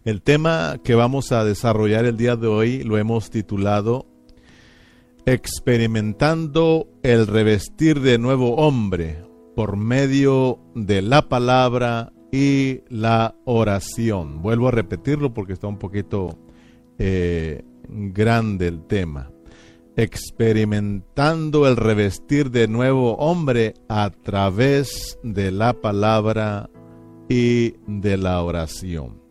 El tema que vamos a desarrollar el día de hoy lo hemos titulado Experimentando el revestir de nuevo hombre por medio de la palabra y la oración. Vuelvo a repetirlo porque está un poquito grande el tema. Experimentando el revestir de nuevo hombre a través de la palabra y de la oración.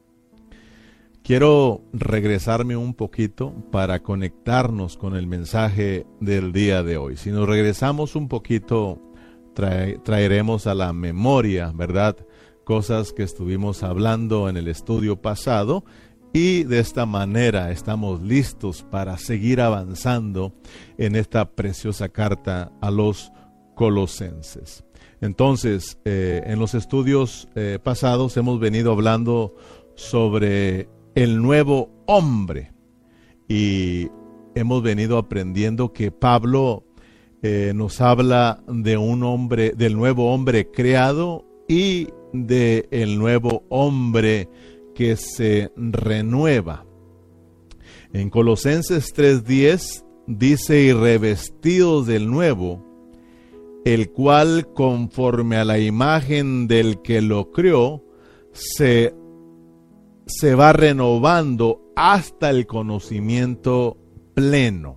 Quiero regresarme un poquito para conectarnos con el mensaje del día de hoy. Si nos regresamos un poquito, traeremos a la memoria, ¿verdad?, cosas que estuvimos hablando en el estudio pasado, y de esta manera estamos listos para seguir avanzando en esta preciosa carta a los Colosenses. Entonces, en los estudios pasados hemos venido hablando sobre el nuevo hombre, y hemos venido aprendiendo que Pablo nos habla de un hombre, del nuevo hombre creado y del nuevo hombre que se renueva. En Colosenses 3:10 dice: y revestidos del nuevo, el cual conforme a la imagen del que lo creó se va renovando hasta el conocimiento pleno.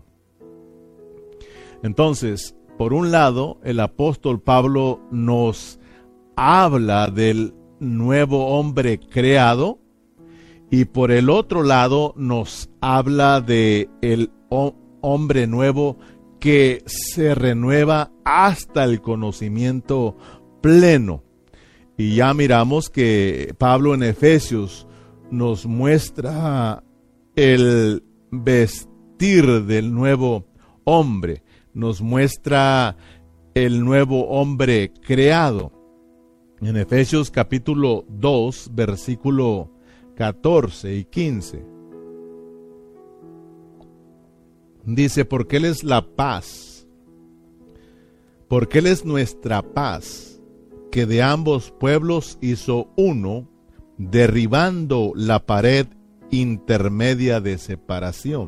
Entonces, por un lado, el apóstol Pablo nos habla del nuevo hombre creado, y por el otro lado nos habla de el hombre nuevo que se renueva hasta el conocimiento pleno. Y ya miramos que Pablo en Efesios nos muestra el vestir del nuevo hombre, nos muestra el nuevo hombre creado. En Efesios capítulo 2, versículo 14 y 15, dice: porque Él es la paz, porque Él es nuestra paz, que de ambos pueblos hizo uno, derribando la pared intermedia de separación,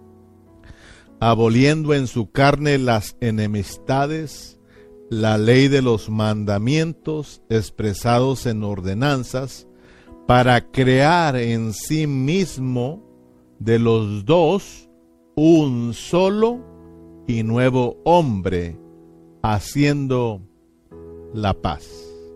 aboliendo en su carne las enemistades, la ley de los mandamientos expresados en ordenanzas, para crear en sí mismo de los dos un solo y nuevo hombre, haciendo la paz.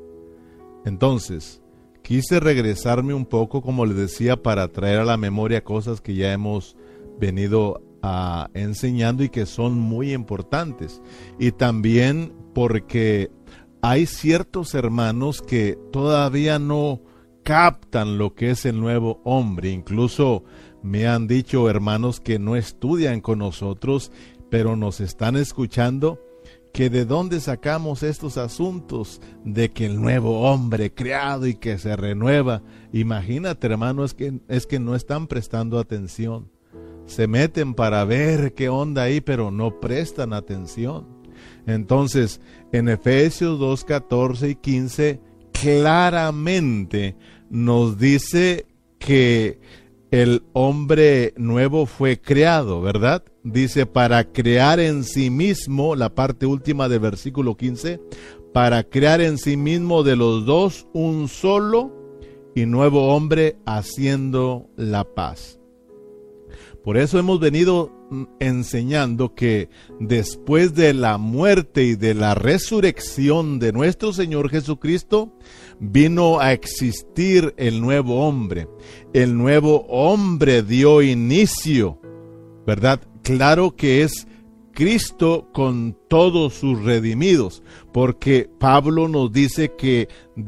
Entonces, quise regresarme un poco, como les decía, para traer a la memoria cosas que ya hemos venido enseñando y que son muy importantes. Y también porque hay ciertos hermanos que todavía no captan lo que es el nuevo hombre. Incluso me han dicho hermanos que no estudian con nosotros, pero nos están escuchando, que de dónde sacamos estos asuntos de que el nuevo hombre creado y que se renueva. Imagínate, hermano, es que no están prestando atención. Se meten para ver qué onda ahí, pero no prestan atención. Entonces, en Efesios 2, 14 y 15, claramente nos dice que el hombre nuevo fue creado, ¿verdad? Dice, para crear en sí mismo, la parte última del versículo 15, para crear en sí mismo de los dos un solo y nuevo hombre, haciendo la paz. Por eso hemos venido enseñando que después de la muerte y de la resurrección de nuestro Señor Jesucristo, vino a existir el nuevo hombre. El nuevo hombre dio inicio, ¿verdad? Claro que es Cristo con todos sus redimidos, porque Pablo nos dice que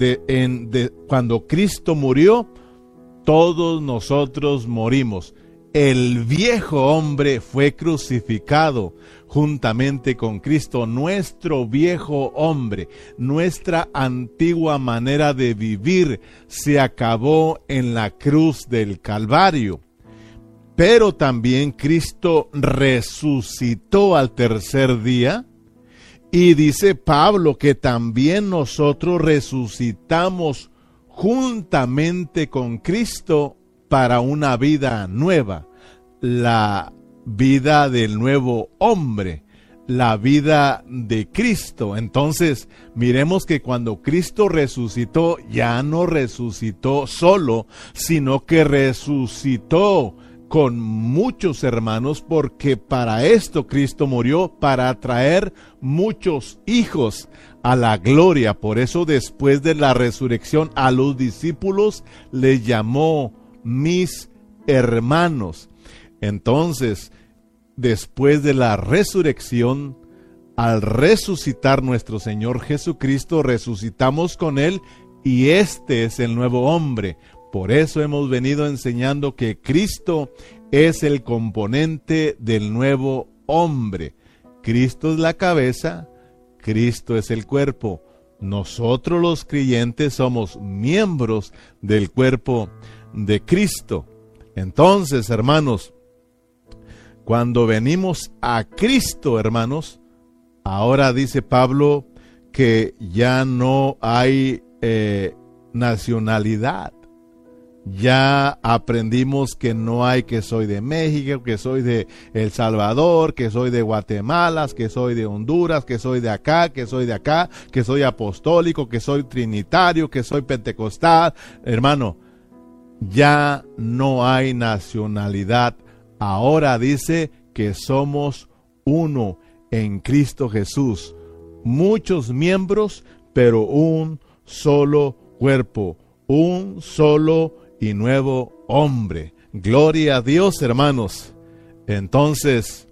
cuando Cristo murió, todos nosotros morimos. El viejo hombre fue crucificado juntamente con Cristo. Nuestro viejo hombre, nuestra antigua manera de vivir, se acabó en la cruz del Calvario. Pero también Cristo resucitó al tercer día, y dice Pablo que también nosotros resucitamos juntamente con Cristo para una vida nueva, la vida del nuevo hombre, la vida de Cristo. Entonces, miremos que cuando Cristo resucitó, ya no resucitó solo, sino que resucitó con muchos hermanos, porque para esto Cristo murió, para traer muchos hijos a la gloria. Por eso, después de la resurrección, a los discípulos les llamó mis hermanos. Entonces, después de la resurrección, al resucitar nuestro Señor Jesucristo, resucitamos con Él, y este es el nuevo hombre. Por eso hemos venido enseñando que Cristo es el componente del nuevo hombre. Cristo es la cabeza, Cristo es el cuerpo. Nosotros los creyentes somos miembros del cuerpo de Cristo. Entonces, hermanos, cuando venimos a Cristo, hermanos, ahora dice Pablo que ya no hay nacionalidad. Ya aprendimos que no hay que soy de México, que soy de El Salvador, que soy de Guatemala, que soy de Honduras, que soy de acá, que soy de acá, que soy apostólico, que soy trinitario, que soy pentecostal. Hermano, ya no hay nacionalidad. Ahora dice que somos uno en Cristo Jesús. Muchos miembros, pero un solo cuerpo, un solo y nuevo hombre. Gloria a Dios, hermanos. Entonces,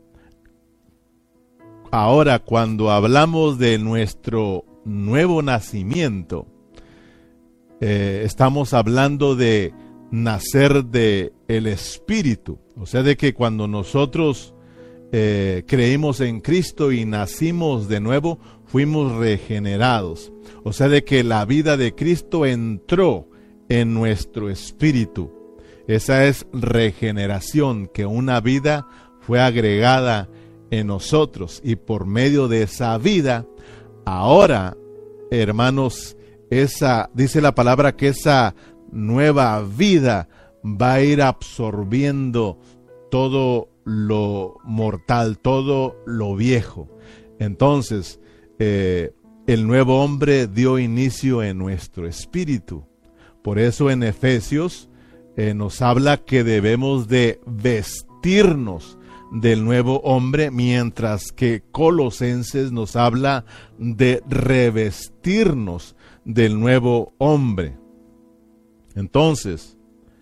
ahora cuando hablamos de nuestro nuevo nacimiento, estamos hablando de nacer de el Espíritu. O sea, de que cuando nosotros creímos en Cristo y nacimos de nuevo, fuimos regenerados. O sea, de que la vida de Cristo entró en nuestro espíritu. Esa es regeneración, que una vida fue agregada en nosotros, y por medio de esa vida, ahora, hermanos, dice la palabra que esa nueva vida va a ir absorbiendo todo lo mortal, todo lo viejo. Entonces, el nuevo hombre dio inicio en nuestro espíritu. Por eso en Efesios nos habla que debemos de vestirnos del nuevo hombre, mientras que Colosenses nos habla de revestirnos del nuevo hombre. Entonces,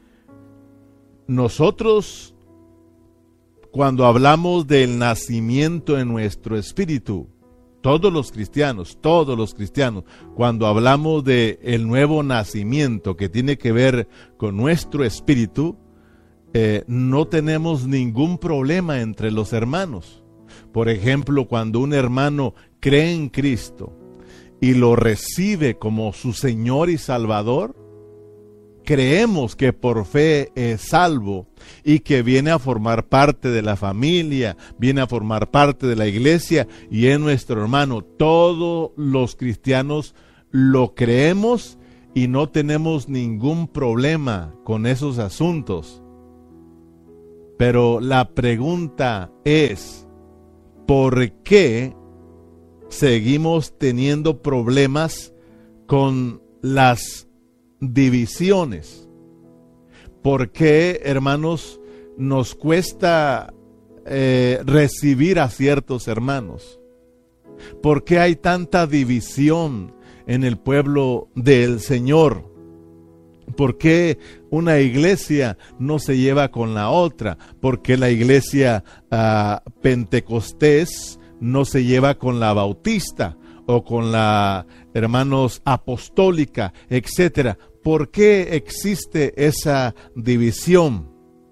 nosotros, cuando hablamos del nacimiento en nuestro espíritu, todos los cristianos, cuando hablamos de el nuevo nacimiento que tiene que ver con nuestro espíritu, no tenemos ningún problema entre los hermanos. Por ejemplo, cuando un hermano cree en Cristo y lo recibe como su Señor y Salvador, creemos que por fe es salvo y que viene a formar parte de la familia, viene a formar parte de la iglesia y es nuestro hermano. Todos los cristianos lo creemos y no tenemos ningún problema con esos asuntos. Pero la pregunta es, ¿por qué seguimos teniendo problemas con las divisiones? ¿Por qué, hermanos, nos cuesta recibir a ciertos hermanos? ¿Por qué hay tanta división en el pueblo del Señor? ¿Por qué una iglesia no se lleva con la otra? ¿Por qué la iglesia pentecostés no se lleva con la bautista o con la, hermanos, apostólica, etcétera? ¿Por qué existe esa división?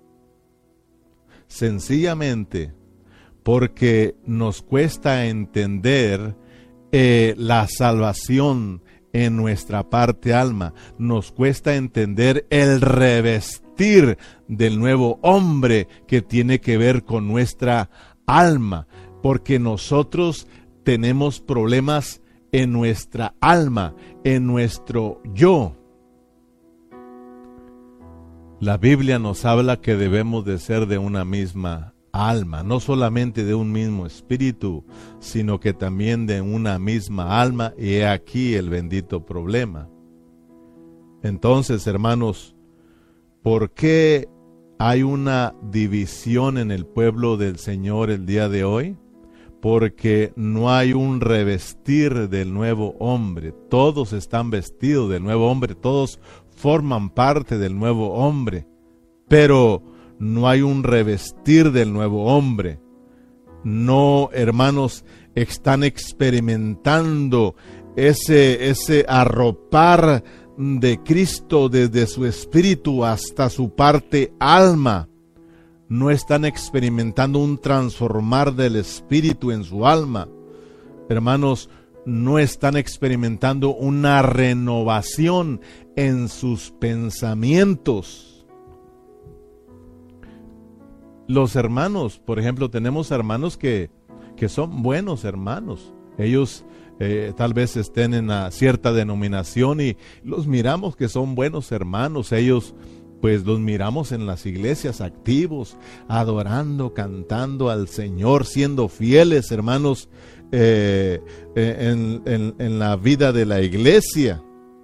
Sencillamente porque nos cuesta entender la salvación en nuestra parte alma. Nos cuesta entender el revestir del nuevo hombre que tiene que ver con nuestra alma, porque nosotros tenemos problemas en nuestra alma, en nuestro yo. La Biblia nos habla que debemos de ser de una misma alma, no solamente de un mismo espíritu, sino que también de una misma alma, y he aquí el bendito problema. Entonces, hermanos, ¿por qué hay una división en el pueblo del Señor el día de hoy? Porque no hay un revestir del nuevo hombre. Todos están vestidos del nuevo hombre, todos forman parte del nuevo hombre, pero no hay un revestir del nuevo hombre. No, hermanos, están experimentando ese arropar de Cristo desde su espíritu hasta su parte alma. No están experimentando un transformar del espíritu en su alma. Hermanos, no están experimentando una renovación en sus pensamientos. Los hermanos, por ejemplo, tenemos hermanos que son buenos hermanos. Ellos tal vez estén en una cierta denominación y los miramos que son buenos hermanos. Ellos pues los miramos en las iglesias activos, adorando, cantando al Señor, siendo fieles, hermanos, en la vida de la iglesia.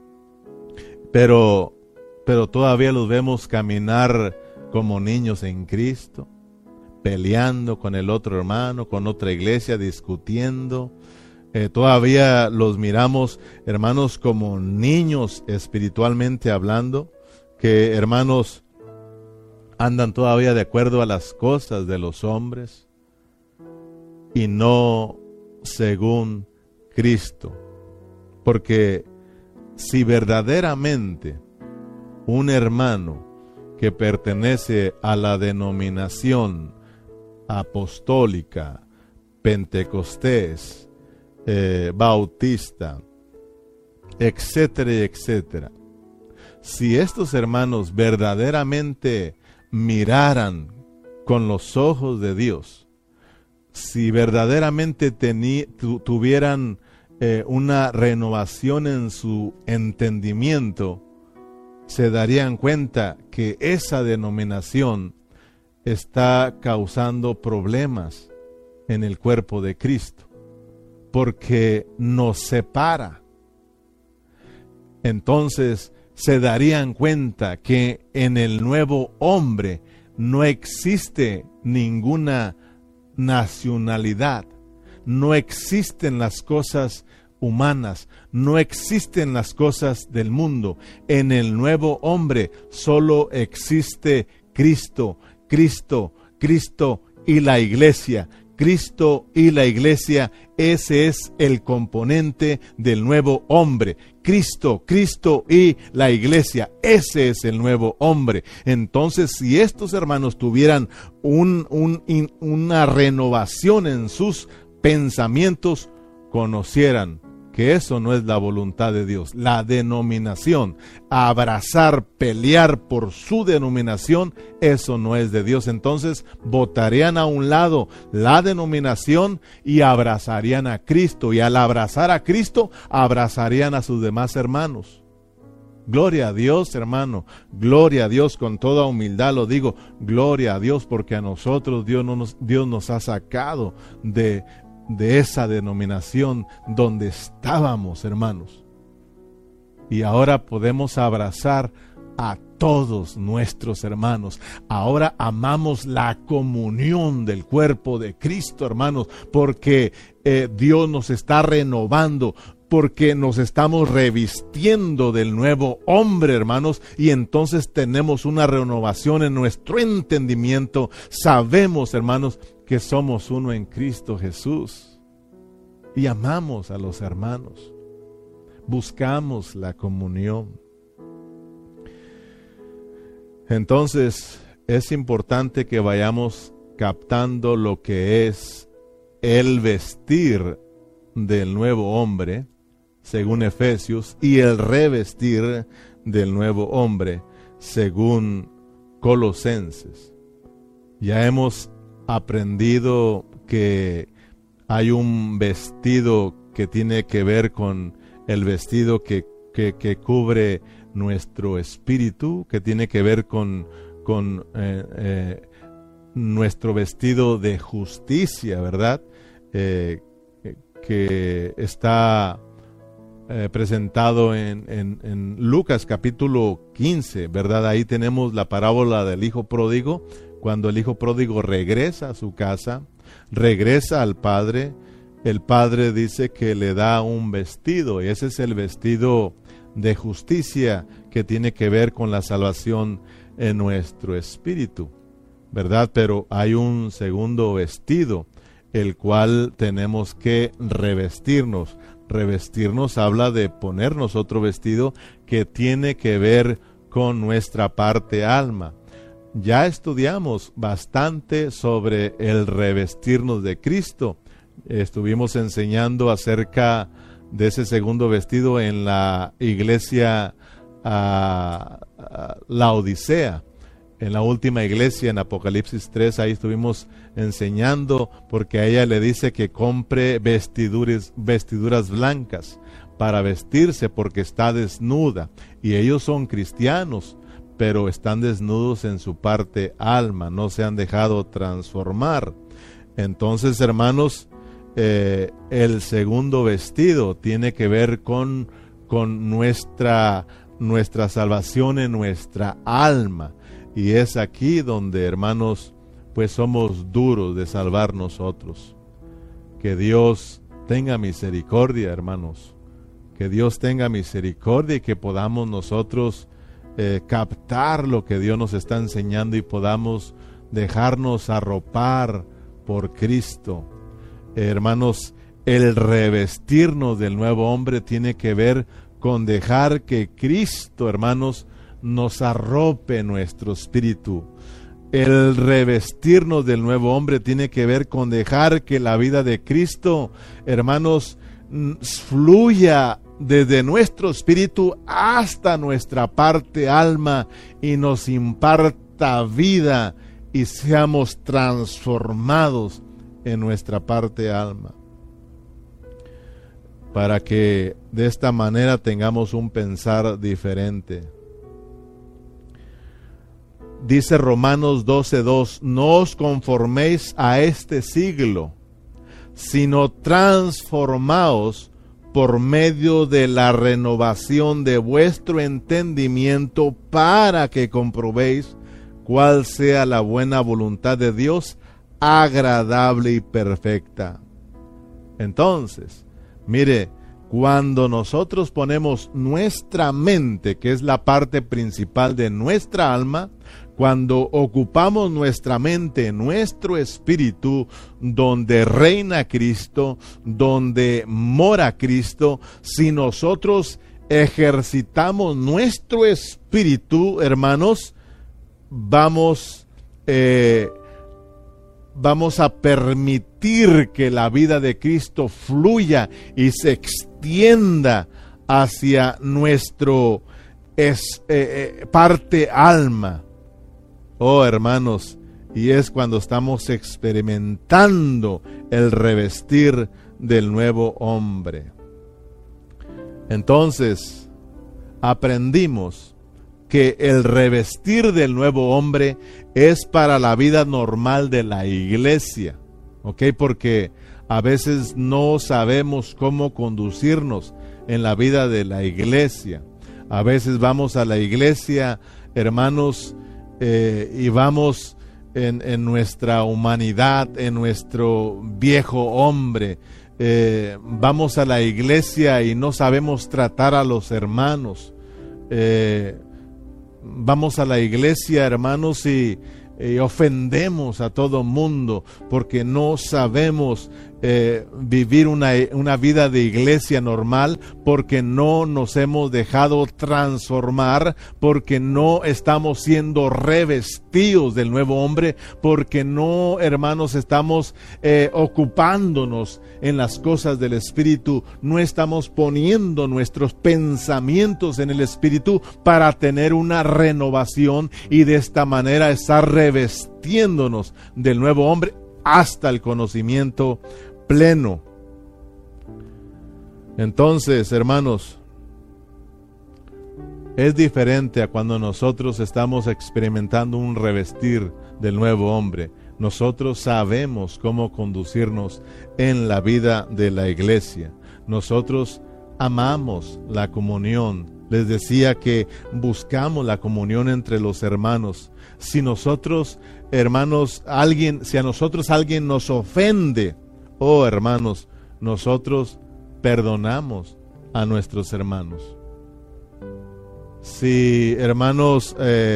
Pero todavía los vemos caminar como niños en Cristo, peleando con el otro hermano, con otra iglesia, discutiendo. Todavía los miramos, hermanos, como niños espiritualmente hablando, que, hermanos, andan todavía de acuerdo a las cosas de los hombres y no según Cristo. Porque si verdaderamente un hermano que pertenece a la denominación apostólica, pentecostés, bautista, etcétera, etcétera, si estos hermanos verdaderamente miraran con los ojos de Dios, si verdaderamente tuvieran una renovación en su entendimiento, se darían cuenta que esa denominación está causando problemas en el cuerpo de Cristo, porque nos separa. Entonces se darían cuenta que en el nuevo hombre no existe ninguna nacionalidad, no existen las cosas humanas, no existen las cosas del mundo. En el nuevo hombre solo existe Cristo, Cristo, Cristo y la iglesia. Cristo y la iglesia, ese es el componente del nuevo hombre. Cristo, Cristo y la iglesia, ese es el nuevo hombre. Entonces, si estos hermanos tuvieran una renovación en sus pensamientos, conocieran que eso no es la voluntad de Dios. La denominación, abrazar, pelear por su denominación, eso no es de Dios. Entonces botarían a un lado la denominación y abrazarían a Cristo. Y al abrazar a Cristo, abrazarían a sus demás hermanos. Gloria a Dios, hermano. Gloria a Dios, con toda humildad lo digo. Gloria a Dios, porque a nosotros Dios nos ha sacado de esa denominación donde estábamos, hermanos. Y ahora podemos abrazar a todos nuestros hermanos. Ahora amamos la comunión del cuerpo de Cristo, hermanos, porque Dios nos está renovando, porque nos estamos revistiendo del nuevo hombre, hermanos, y entonces tenemos una renovación en nuestro entendimiento. Sabemos, hermanos, que somos uno en Cristo Jesús y amamos a los hermanos, buscamos la comunión. Entonces es importante que vayamos captando lo que es el vestir del nuevo hombre, según Efesios, y el revestir del nuevo hombre, según Colosenses. Ya hemos aprendido que hay un vestido que tiene que ver con el vestido que cubre nuestro espíritu, que tiene que ver con nuestro vestido de justicia, ¿verdad? Que está presentado en Lucas capítulo 15, ¿verdad? Ahí tenemos la parábola del hijo pródigo, cuando el hijo pródigo regresa a su casa, regresa al padre, el padre dice que le da un vestido, y ese es el vestido de justicia que tiene que ver con la salvación en nuestro espíritu, ¿verdad? Pero hay un segundo vestido, el cual tenemos que revestirnos. Revestirnos habla de ponernos otro vestido que tiene que ver con nuestra parte alma. Ya estudiamos bastante sobre el revestirnos de Cristo. Estuvimos enseñando acerca de ese segundo vestido en la iglesia Laodicea. En la última iglesia, en Apocalipsis 3, ahí estuvimos enseñando, porque a ella le dice que compre vestiduras blancas para vestirse, porque está desnuda. Y ellos son cristianos, pero están desnudos en su parte alma, no se han dejado transformar. Entonces, hermanos, el segundo vestido tiene que ver con nuestra salvación en nuestra alma. Y es aquí donde, hermanos, pues somos duros de salvar nosotros. Que Dios tenga misericordia, hermanos. Que Dios tenga misericordia y que podamos nosotros captar lo que Dios nos está enseñando y podamos dejarnos arropar por Cristo. Hermanos, el revestirnos del nuevo hombre tiene que ver con dejar que Cristo, hermanos, nos arrope nuestro espíritu. El revestirnos del nuevo hombre tiene que ver con dejar que la vida de Cristo, hermanos, fluya desde nuestro espíritu hasta nuestra parte alma y nos imparta vida y seamos transformados en nuestra parte alma, para que de esta manera tengamos un pensar diferente. Dice Romanos 12:2, no os conforméis a este siglo, sino transformaos por medio de la renovación de vuestro entendimiento, para que comprobéis cuál sea la buena voluntad de Dios, agradable y perfecta. Entonces, mire, cuando nosotros ponemos nuestra mente, que es la parte principal de nuestra alma, cuando ocupamos nuestra mente, nuestro espíritu, donde reina Cristo, donde mora Cristo, si nosotros ejercitamos nuestro espíritu, hermanos, vamos a permitir que la vida de Cristo fluya y se extienda hacia nuestro parte alma. Oh, hermanos, y es cuando estamos experimentando el revestir del nuevo hombre. Entonces, aprendimos que el revestir del nuevo hombre es para la vida normal de la iglesia, ¿ok? Porque a veces no sabemos cómo conducirnos en la vida de la iglesia. A veces vamos a la iglesia, hermanos, y vamos en nuestra humanidad, en nuestro viejo hombre. Vamos a la iglesia y no sabemos tratar a los hermanos. Vamos a la iglesia, hermanos, y ofendemos a todo mundo porque no sabemos vivir una vida de iglesia normal, porque no nos hemos dejado transformar, porque no estamos siendo revestidos del nuevo hombre, porque no, hermanos, estamos ocupándonos en las cosas del Espíritu, no estamos poniendo nuestros pensamientos en el Espíritu para tener una renovación y de esta manera estar revestiéndonos del nuevo hombre hasta el conocimiento pleno. Entonces, hermanos, es diferente a cuando nosotros estamos experimentando un revestir del nuevo hombre. Nosotros sabemos cómo conducirnos en la vida de la iglesia. Nosotros amamos la comunión. Les decía que buscamos la comunión entre los hermanos. Si nosotros, hermanos, si a nosotros alguien nos ofende, oh hermanos, nosotros perdonamos a nuestros hermanos. Si, hermanos,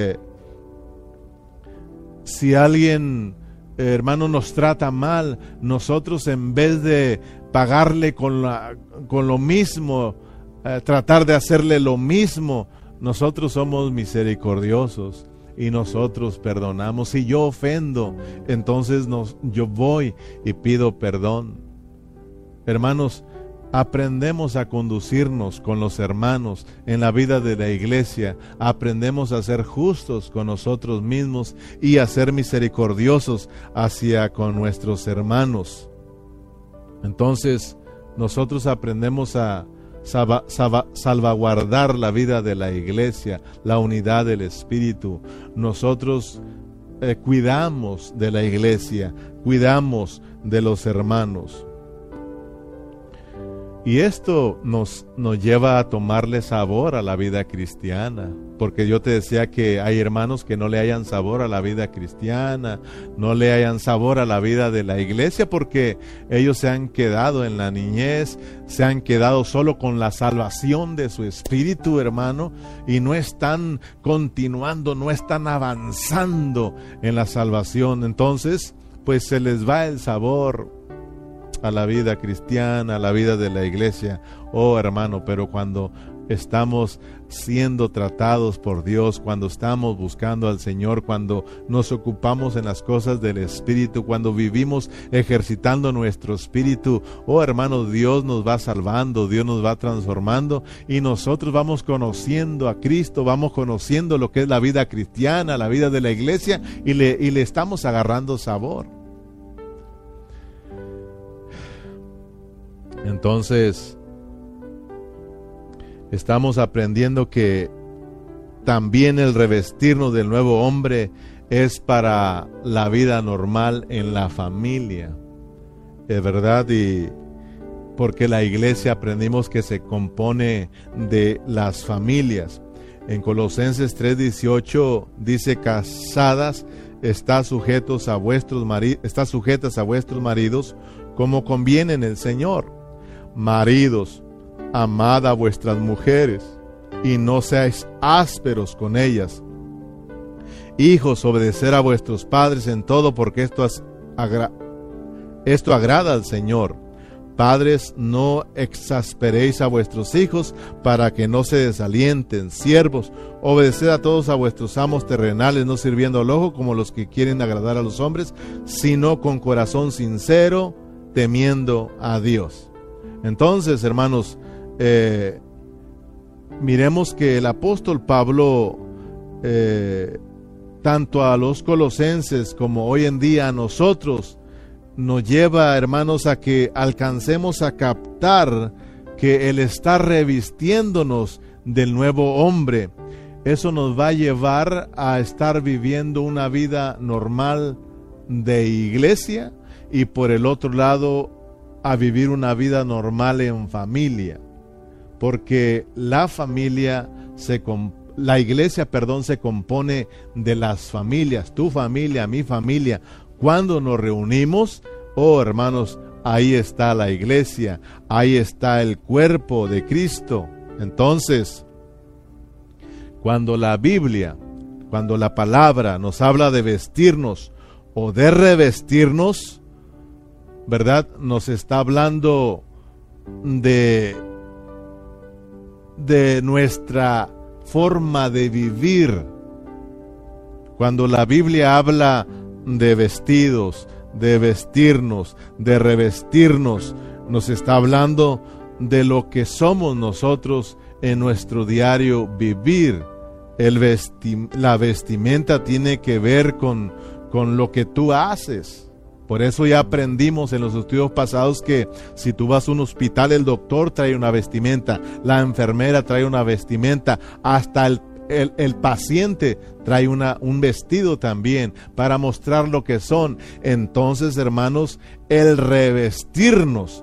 si alguien, hermano, nos trata mal, nosotros en vez de pagarle con lo mismo, tratar de hacerle lo mismo, nosotros somos misericordiosos y nosotros perdonamos. Si yo ofendo, entonces yo voy y pido perdón. Hermanos, aprendemos a conducirnos con los hermanos en la vida de la iglesia. Aprendemos a ser justos con nosotros mismos y a ser misericordiosos con nuestros hermanos. Entonces, nosotros aprendemos a salvaguardar la vida de la iglesia, la unidad del Espíritu. Nosotros cuidamos de la iglesia, cuidamos de los hermanos. Y esto nos lleva a tomarle sabor a la vida cristiana, porque yo te decía que hay hermanos que no le hayan sabor a la vida cristiana, no le hayan sabor a la vida de la iglesia, porque ellos se han quedado en la niñez, se han quedado solo con la salvación de su espíritu, hermano, y no están continuando, no están avanzando en la salvación. Entonces, pues se les va el sabor a la vida cristiana, a la vida de la iglesia, oh hermano. Pero cuando estamos siendo tratados por Dios, cuando estamos buscando al Señor, cuando nos ocupamos en las cosas del Espíritu, cuando vivimos ejercitando nuestro espíritu, oh hermano, Dios nos va salvando, Dios nos va transformando y nosotros vamos conociendo a Cristo, vamos conociendo lo que es la vida cristiana, la vida de la iglesia, y le estamos agarrando sabor. Entonces, estamos aprendiendo que también el revestirnos del nuevo hombre es para la vida normal en la familia. Es verdad, y porque la iglesia aprendimos que se compone de las familias. En Colosenses 3:18 dice: casadas, estad sujetas a vuestros maridos como conviene en el Señor. Maridos, amad a vuestras mujeres y no seáis ásperos con ellas. Hijos, obedecer a vuestros padres en todo, porque esto agrada al Señor. Padres, no exasperéis a vuestros hijos para que no se desalienten. Siervos, obedeced a todos a vuestros amos terrenales, no sirviendo al ojo como los que quieren agradar a los hombres, sino con corazón sincero, temiendo a Dios. Entonces, hermanos, miremos que el apóstol Pablo, tanto a los colosenses como hoy en día a nosotros, nos lleva, hermanos, a que alcancemos a captar que el estar revistiéndonos del nuevo hombre, eso nos va a llevar a estar viviendo una vida normal de iglesia, y por el otro lado a vivir una vida normal en familia, porque la iglesia se compone de las familias, tu familia, mi familia. Cuando nos reunimos, oh hermanos, ahí está la iglesia, ahí está el cuerpo de Cristo. Entonces, cuando la Biblia, cuando la palabra nos habla de vestirnos o de revestirnos, ¿verdad? Nos está hablando de nuestra forma de vivir. Cuando la Biblia habla de vestidos, de vestirnos, de revestirnos, nos está hablando de lo que somos nosotros en nuestro diario vivir. La vestimenta tiene que ver con lo que tú haces. Por eso ya aprendimos en los estudios pasados que si tú vas a un hospital, el doctor trae una vestimenta, la enfermera trae una vestimenta, hasta el paciente trae un vestido también para mostrar lo que son. Entonces, hermanos, el revestirnos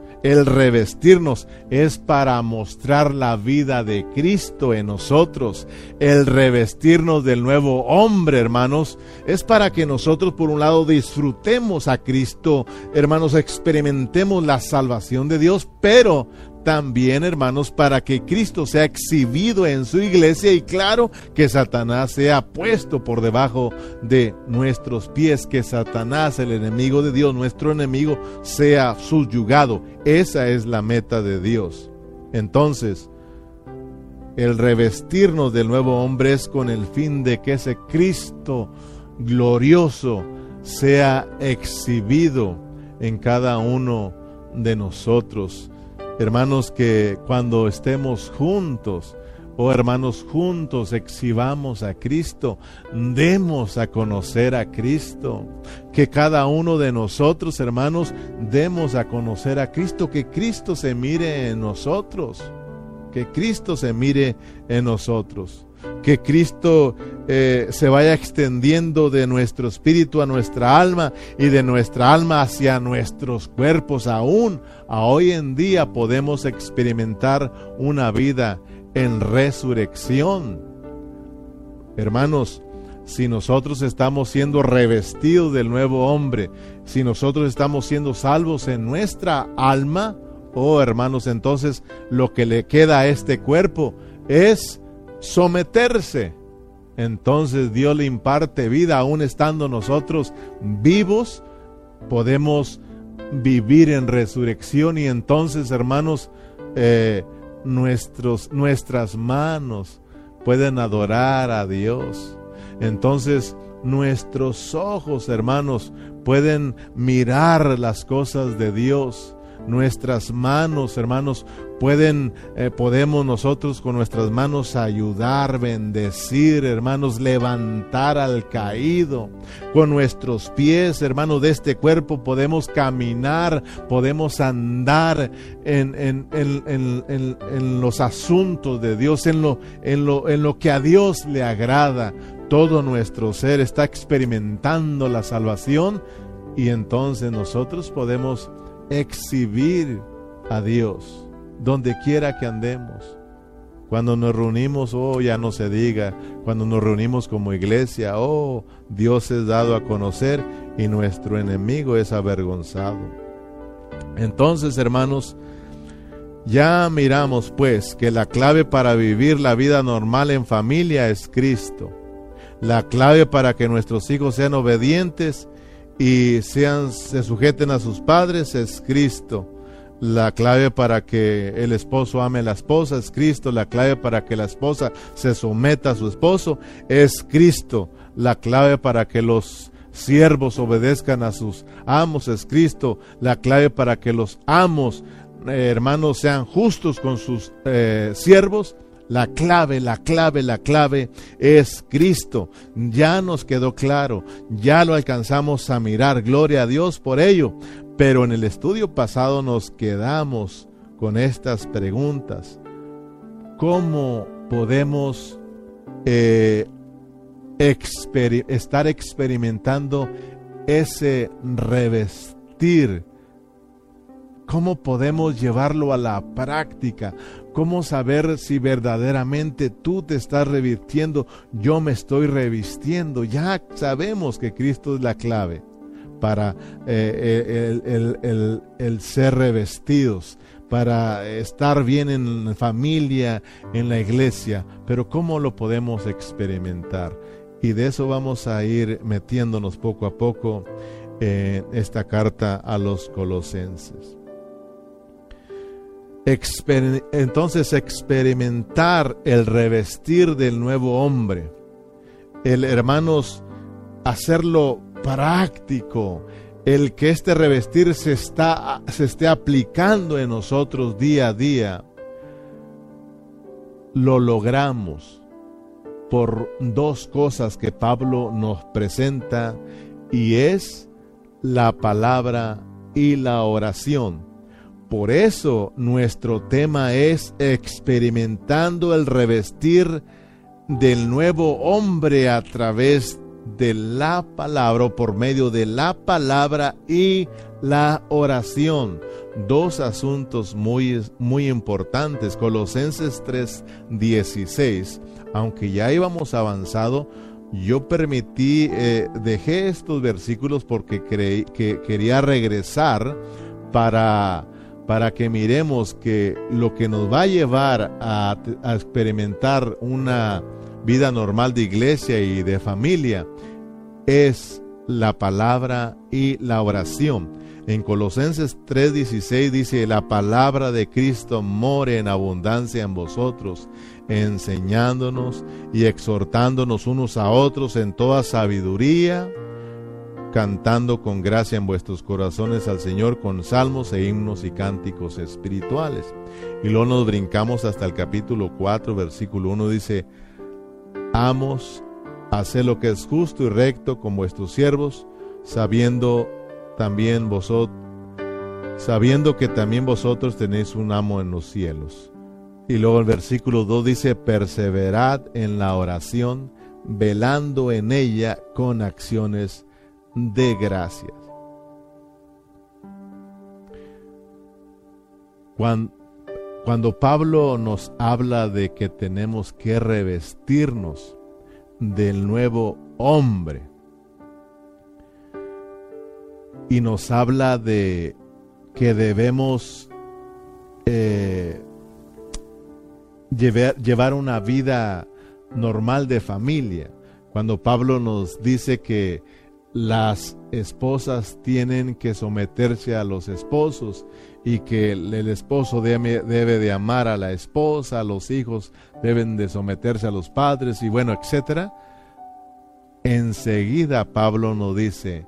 es para mostrar la vida de Cristo en nosotros. El revestirnos del nuevo hombre, hermanos, es para que nosotros, por un lado, disfrutemos a Cristo, hermanos, experimentemos la salvación de Dios, pero también, hermanos, para que Cristo sea exhibido en su iglesia y claro, que Satanás sea puesto por debajo de nuestros pies, que Satanás, el enemigo de Dios, nuestro enemigo, sea subyugado. Esa es la meta de Dios. Entonces, el revestirnos del nuevo hombre es con el fin de que ese Cristo glorioso sea exhibido en cada uno de nosotros. Hermanos, que cuando estemos juntos, hermanos, juntos exhibamos a Cristo, demos a conocer a Cristo, que cada uno de nosotros, hermanos, demos a conocer a Cristo, que Cristo se mire en nosotros, que Cristo se mire en nosotros, que Cristo se vaya extendiendo de nuestro espíritu a nuestra alma y de nuestra alma hacia nuestros cuerpos. Aún hoy en día podemos experimentar una vida en resurrección. Hermanos, si nosotros estamos siendo revestidos del nuevo hombre, si nosotros estamos siendo salvos en nuestra alma, hermanos, entonces lo que le queda a este cuerpo es someterse. Entonces Dios le imparte vida, aún estando nosotros vivos, podemos vivir en resurrección y entonces, hermanos, nuestras manos pueden adorar a Dios. Entonces nuestros ojos, hermanos, pueden mirar las cosas de Dios. Nuestras manos, hermanos, podemos nosotros con nuestras manos ayudar, bendecir, hermanos, levantar al caído. Con nuestros pies, hermanos, de este cuerpo podemos caminar, podemos andar en los asuntos de Dios, en lo que a Dios le agrada. Todo nuestro ser está experimentando la salvación y entonces nosotros podemos exhibir a Dios donde quiera que andemos. Cuando nos reunimos, ya no se diga, cuando nos reunimos como iglesia, Dios es dado a conocer y nuestro enemigo es avergonzado. Entonces, hermanos, ya miramos pues que la clave para vivir la vida normal en familia es Cristo. La clave para que nuestros hijos sean obedientes y se sujeten a sus padres es Cristo. La clave para que el esposo ame a la esposa es Cristo. La clave para que la esposa se someta a su esposo es Cristo. La clave para que los siervos obedezcan a sus amos es Cristo. La clave para que los amos, hermanos, sean justos con sus siervos, la clave es Cristo. Ya nos quedó claro, ya lo alcanzamos a mirar, gloria a Dios por ello. Pero en el estudio pasado nos quedamos con estas preguntas. ¿Cómo podemos estar experimentando ese revestir? ¿Cómo podemos llevarlo a la práctica? ¿Cómo saber si verdaderamente tú te estás revirtiendo? Yo me estoy revistiendo. Ya sabemos que Cristo es la clave para el ser revestidos, para estar bien en familia, en la iglesia. Pero ¿cómo lo podemos experimentar? Y de eso vamos a ir metiéndonos poco a poco en esta carta a los Colosenses. Entonces, experimentar el revestir del nuevo hombre, hermanos, hacerlo práctico, el que este revestir se esté aplicando en nosotros día a día, lo logramos por dos cosas que Pablo nos presenta, y es la palabra y la oración. Por eso nuestro tema es experimentando el revestir del nuevo hombre a través de la palabra, o por medio de la palabra y la oración. Dos asuntos muy importantes. Colosenses 3:16, aunque ya íbamos avanzado, yo dejé estos versículos porque quería regresar para que miremos que lo que nos va a llevar a experimentar una vida normal de iglesia y de familia es la palabra y la oración. En Colosenses 3:16 dice: la palabra de Cristo more en abundancia en vosotros, enseñándonos y exhortándonos unos a otros en toda sabiduría, cantando con gracia en vuestros corazones al Señor con salmos e himnos y cánticos espirituales. Y luego nos brincamos hasta el capítulo 4, versículo 1, dice: amos, haced lo que es justo y recto con vuestros siervos, sabiendo que también vosotros tenéis un amo en los cielos. Y luego el versículo 2 dice: perseverad en la oración, velando en ella con acciones de gracias. Cuando Pablo nos habla de que tenemos que revestirnos del nuevo hombre, y nos habla de que debemos llevar una vida normal de familia, cuando Pablo nos dice que las esposas tienen que someterse a los esposos y que el esposo debe de amar a la esposa, los hijos deben de someterse a los padres, y bueno, etcétera. Enseguida Pablo nos dice: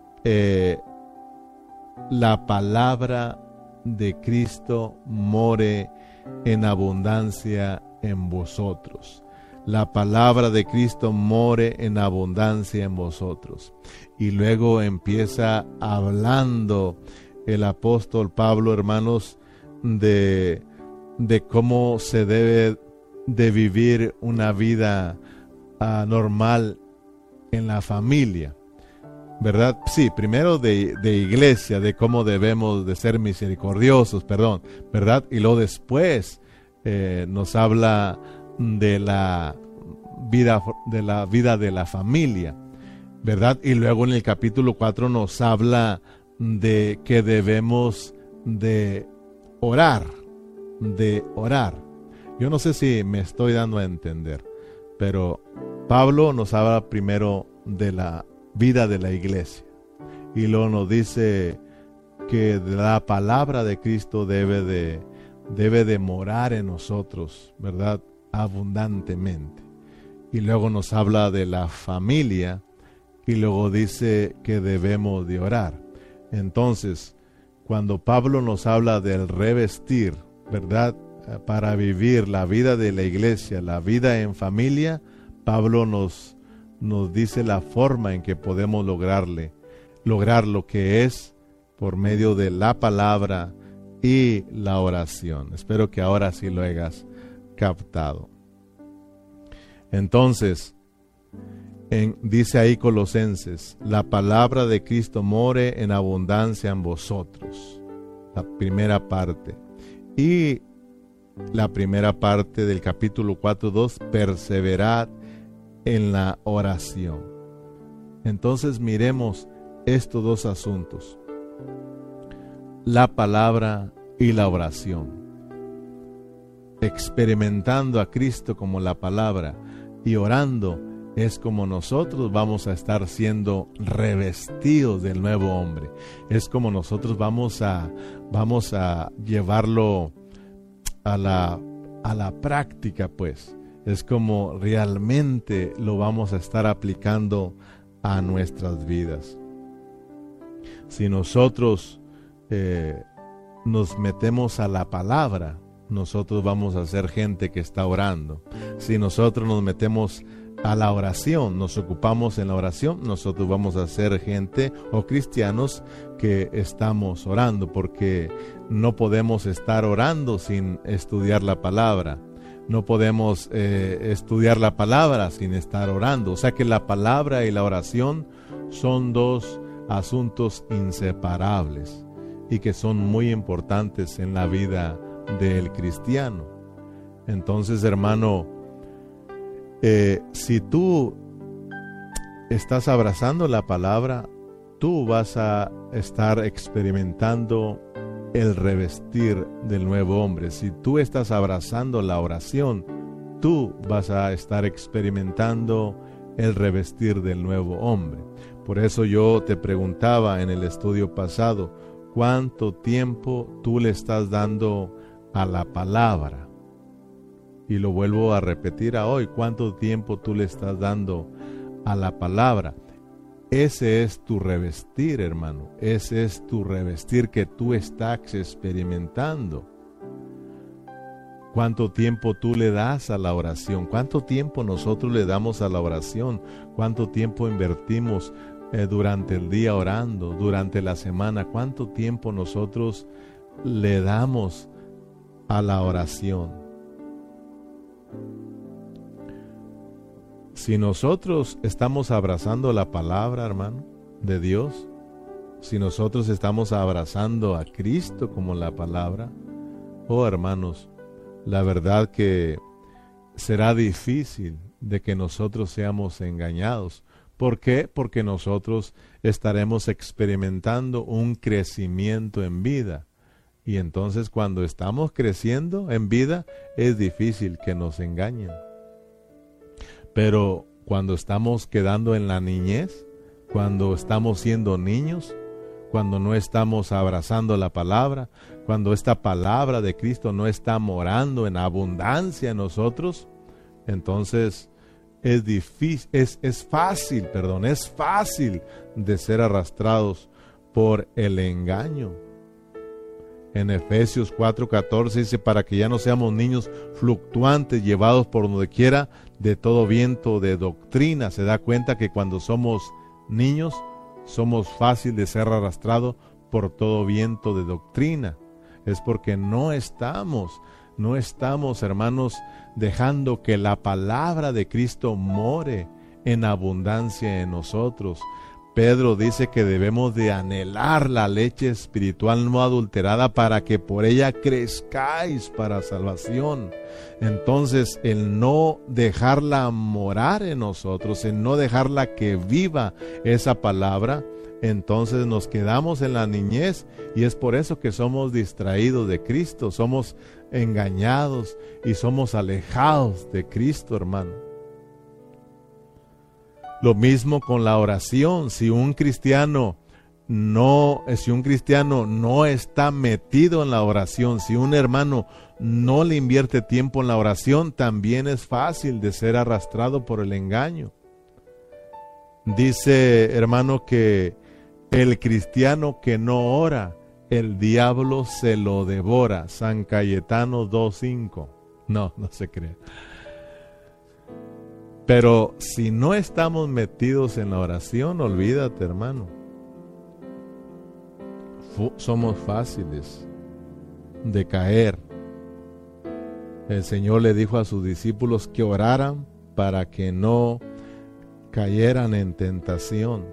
la palabra de Cristo more en abundancia en vosotros. La palabra de Cristo more en abundancia en vosotros. Y luego empieza hablando el apóstol Pablo, hermanos, de cómo se debe de vivir una vida normal en la familia, ¿verdad? Sí, primero de iglesia, de cómo debemos de ser misericordiosos, ¿verdad? Y luego después nos habla de la vida de la familia, ¿verdad? Y luego en el capítulo 4 nos habla de que debemos de orar. Yo no sé si me estoy dando a entender, pero Pablo nos habla primero de la vida de la iglesia, y luego nos dice que la palabra de Cristo debe de morar en nosotros, ¿verdad? Abundantemente. Y luego nos habla de la familia, y luego dice que debemos de orar. Entonces, cuando Pablo nos habla del revestir, ¿verdad?, para vivir la vida de la iglesia, la vida en familia, Pablo nos dice la forma en que podemos lograr lo que es por medio de la palabra y la oración. Espero que ahora sí lo hayas captado. Entonces, dice ahí Colosenses: la palabra de Cristo more en abundancia en vosotros. La primera parte. Y la primera parte del capítulo 4:2, perseverad en la oración. Entonces miremos estos dos asuntos: la palabra y la oración. Experimentando a Cristo como la palabra y orando es como nosotros vamos a estar siendo revestidos del nuevo hombre. Es como nosotros vamos a llevarlo a la práctica, pues. Es como realmente lo vamos a estar aplicando a nuestras vidas. Si nosotros nos metemos a la palabra, nosotros vamos a ser gente que está orando. Si nosotros nos metemos a la oración, nos ocupamos en la oración, nosotros vamos a ser gente o cristianos que estamos orando, porque no podemos estar orando sin estudiar la palabra. No podemos estudiar la palabra sin estar orando. O sea que la palabra y la oración son dos asuntos inseparables y que son muy importantes en la vida del cristiano. Entonces, hermano, si tú estás abrazando la palabra, tú vas a estar experimentando el revestir del nuevo hombre. Si tú estás abrazando la oración, tú vas a estar experimentando el revestir del nuevo hombre. Por eso yo te preguntaba en el estudio pasado, ¿cuánto tiempo tú le estás dando a la palabra? Y lo vuelvo a repetir a hoy, ¿cuánto tiempo tú le estás dando a la palabra? Ese es tu revestir, hermano. Ese es tu revestir que tú estás experimentando. ¿Cuánto tiempo tú le das a la oración? ¿Cuánto tiempo nosotros le damos a la oración? ¿Cuánto tiempo invertimos durante el día orando? Durante la semana, ¿cuánto tiempo nosotros le damos a la oración? Si nosotros estamos abrazando la palabra, hermano, de Dios, si nosotros estamos abrazando a Cristo como la palabra, oh hermanos, la verdad que será difícil de que nosotros seamos engañados. ¿Por qué? Porque nosotros estaremos experimentando un crecimiento en vida. Y entonces cuando estamos creciendo en vida, es difícil que nos engañen. Pero cuando estamos quedando en la niñez, cuando estamos siendo niños, cuando no estamos abrazando la palabra, cuando esta palabra de Cristo no está morando en abundancia en nosotros, entonces es fácil de ser arrastrados por el engaño. En Efesios 4:14 dice, para que ya no seamos niños fluctuantes, llevados por donde quiera de todo viento de doctrina. Se da cuenta que cuando somos niños, somos fácil de ser arrastrados por todo viento de doctrina. Es porque no estamos, hermanos, dejando que la palabra de Cristo more en abundancia en nosotros. Pedro dice que debemos de anhelar la leche espiritual no adulterada para que por ella crezcáis para salvación. Entonces, el no dejarla morar en nosotros, el no dejarla que viva esa palabra, entonces nos quedamos en la niñez y es por eso que somos distraídos de Cristo, somos engañados y somos alejados de Cristo, hermano. Lo mismo con la oración. Si un cristiano no está metido en la oración, si un hermano no le invierte tiempo en la oración, también es fácil de ser arrastrado por el engaño. Dice, hermano, que el cristiano que no ora, el diablo se lo devora. San Cayetano 2:5. No se crea. Pero si no estamos metidos en la oración, olvídate, hermano. Somos fáciles de caer. El Señor le dijo a sus discípulos que oraran para que no cayeran en tentación.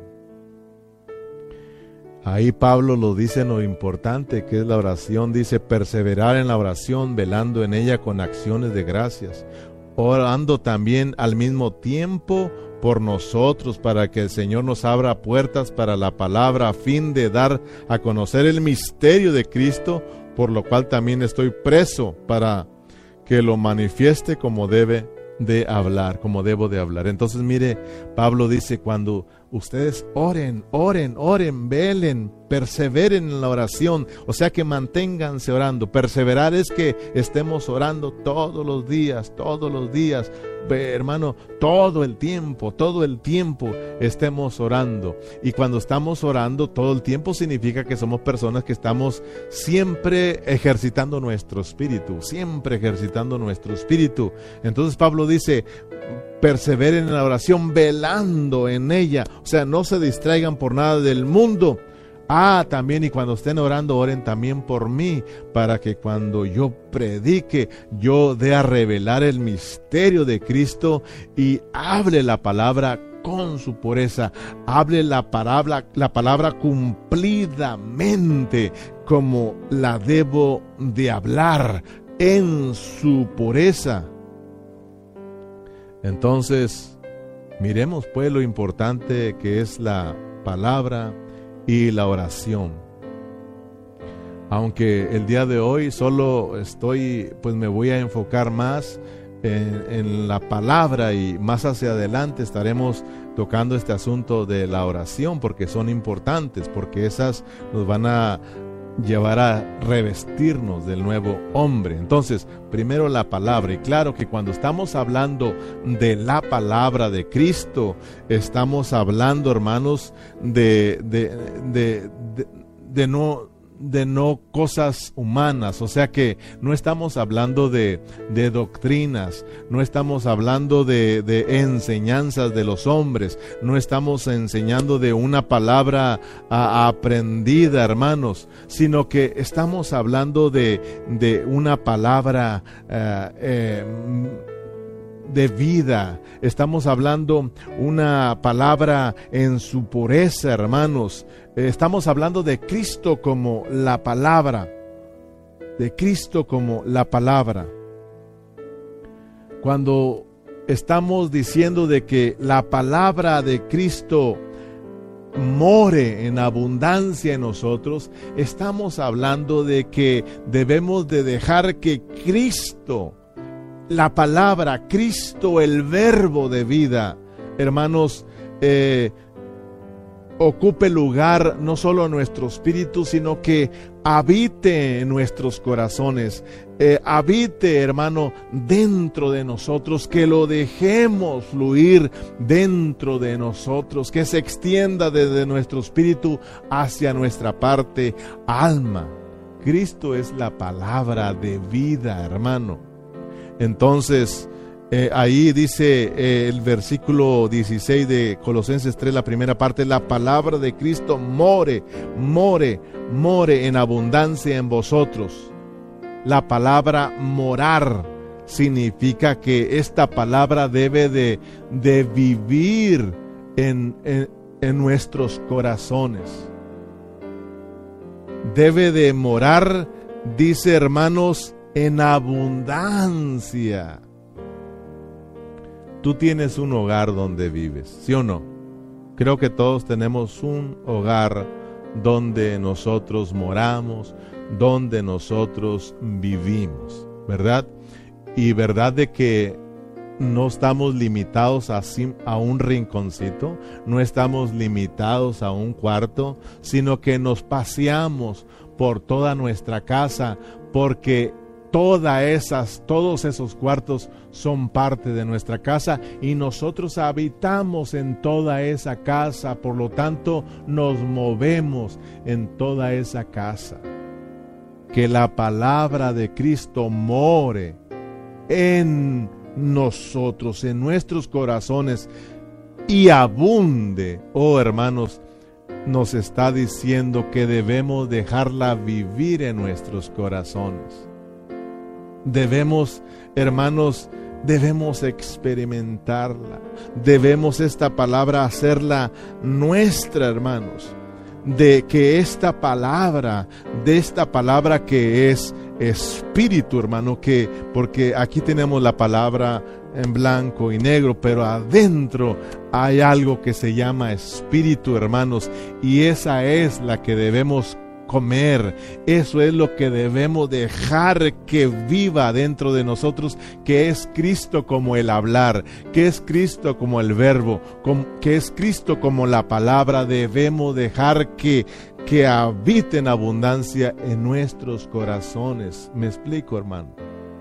Ahí Pablo lo dice en lo importante que es la oración. Dice, perseverar en la oración, velando en ella con acciones de gracias, orando también al mismo tiempo por nosotros, para que el Señor nos abra puertas para la palabra, a fin de dar a conocer el misterio de Cristo, por lo cual también estoy preso para que lo manifieste como debo de hablar. Entonces mire, Pablo dice, cuando ustedes oren, velen, perseveren en la oración, o sea que manténganse orando. Perseverar es que estemos orando todos los días, hermano, todo el tiempo estemos orando. Y cuando estamos orando todo el tiempo, significa que somos personas que estamos siempre ejercitando nuestro espíritu. Entonces Pablo dice, perseveren en la oración, velando en ella. O sea, no se distraigan por nada del mundo. También, y cuando estén orando, oren también por mí, para que cuando yo predique, yo dé a revelar el misterio de Cristo y hable la palabra con su pureza, hable la palabra cumplidamente, como la debo de hablar, en su pureza. Entonces, miremos pues lo importante que es la palabra y la oración. Aunque el día de hoy solo me voy a enfocar más en la palabra, y más hacia adelante estaremos tocando este asunto de la oración, porque son importantes, porque esas nos van a llevar a revestirnos del nuevo hombre. Entonces, primero la palabra, y claro que cuando estamos hablando de la palabra de Cristo, estamos hablando, hermanos, de no cosas humanas. O sea que no estamos hablando de doctrinas, no estamos hablando de enseñanzas de los hombres, no estamos enseñando de una palabra aprendida, hermanos, sino que estamos hablando de una palabra de vida. Estamos hablando una palabra en su pureza, hermanos. Estamos hablando de Cristo como la palabra, de Cristo como la palabra. Cuando estamos diciendo de que la palabra de Cristo more en abundancia en nosotros, estamos hablando de que debemos de dejar que Cristo, la palabra, Cristo, el verbo de vida, hermanos, ocupe lugar no solo en nuestro espíritu, sino que habite en nuestros corazones, habite, hermano, dentro de nosotros, que lo dejemos fluir dentro de nosotros, que se extienda desde nuestro espíritu hacia nuestra parte alma. Cristo es la palabra de vida, hermano. Entonces, ahí dice el versículo 16 de Colosenses 3, la primera parte: la palabra de Cristo more en abundancia en vosotros. La palabra morar significa que esta palabra debe de vivir en nuestros corazones. Debe de morar, dice, hermanos, en abundancia. Tú tienes un hogar donde vives, ¿sí o no? Creo que todos tenemos un hogar donde nosotros moramos, donde nosotros vivimos, ¿verdad? Y verdad de que no estamos limitados a un rinconcito, no estamos limitados a un cuarto, sino que nos paseamos por toda nuestra casa, porque todos esos cuartos son parte de nuestra casa y nosotros habitamos en toda esa casa, por lo tanto nos movemos en toda esa casa. Que la palabra de Cristo more en nosotros, en nuestros corazones, y abunde. Oh, hermanos, nos está diciendo que debemos dejarla vivir en nuestros corazones. Debemos, hermanos, debemos experimentarla. Debemos esta palabra hacerla nuestra, hermanos. De que esta palabra que es espíritu, hermano, porque aquí tenemos la palabra en blanco y negro, pero adentro hay algo que se llama espíritu, hermanos, y esa es la que debemos comer. Eso es lo que debemos dejar que viva dentro de nosotros, que es Cristo como el hablar, que es Cristo como el verbo, que es Cristo como la palabra. Debemos dejar que habite en abundancia en nuestros corazones. ¿Me explico, hermano?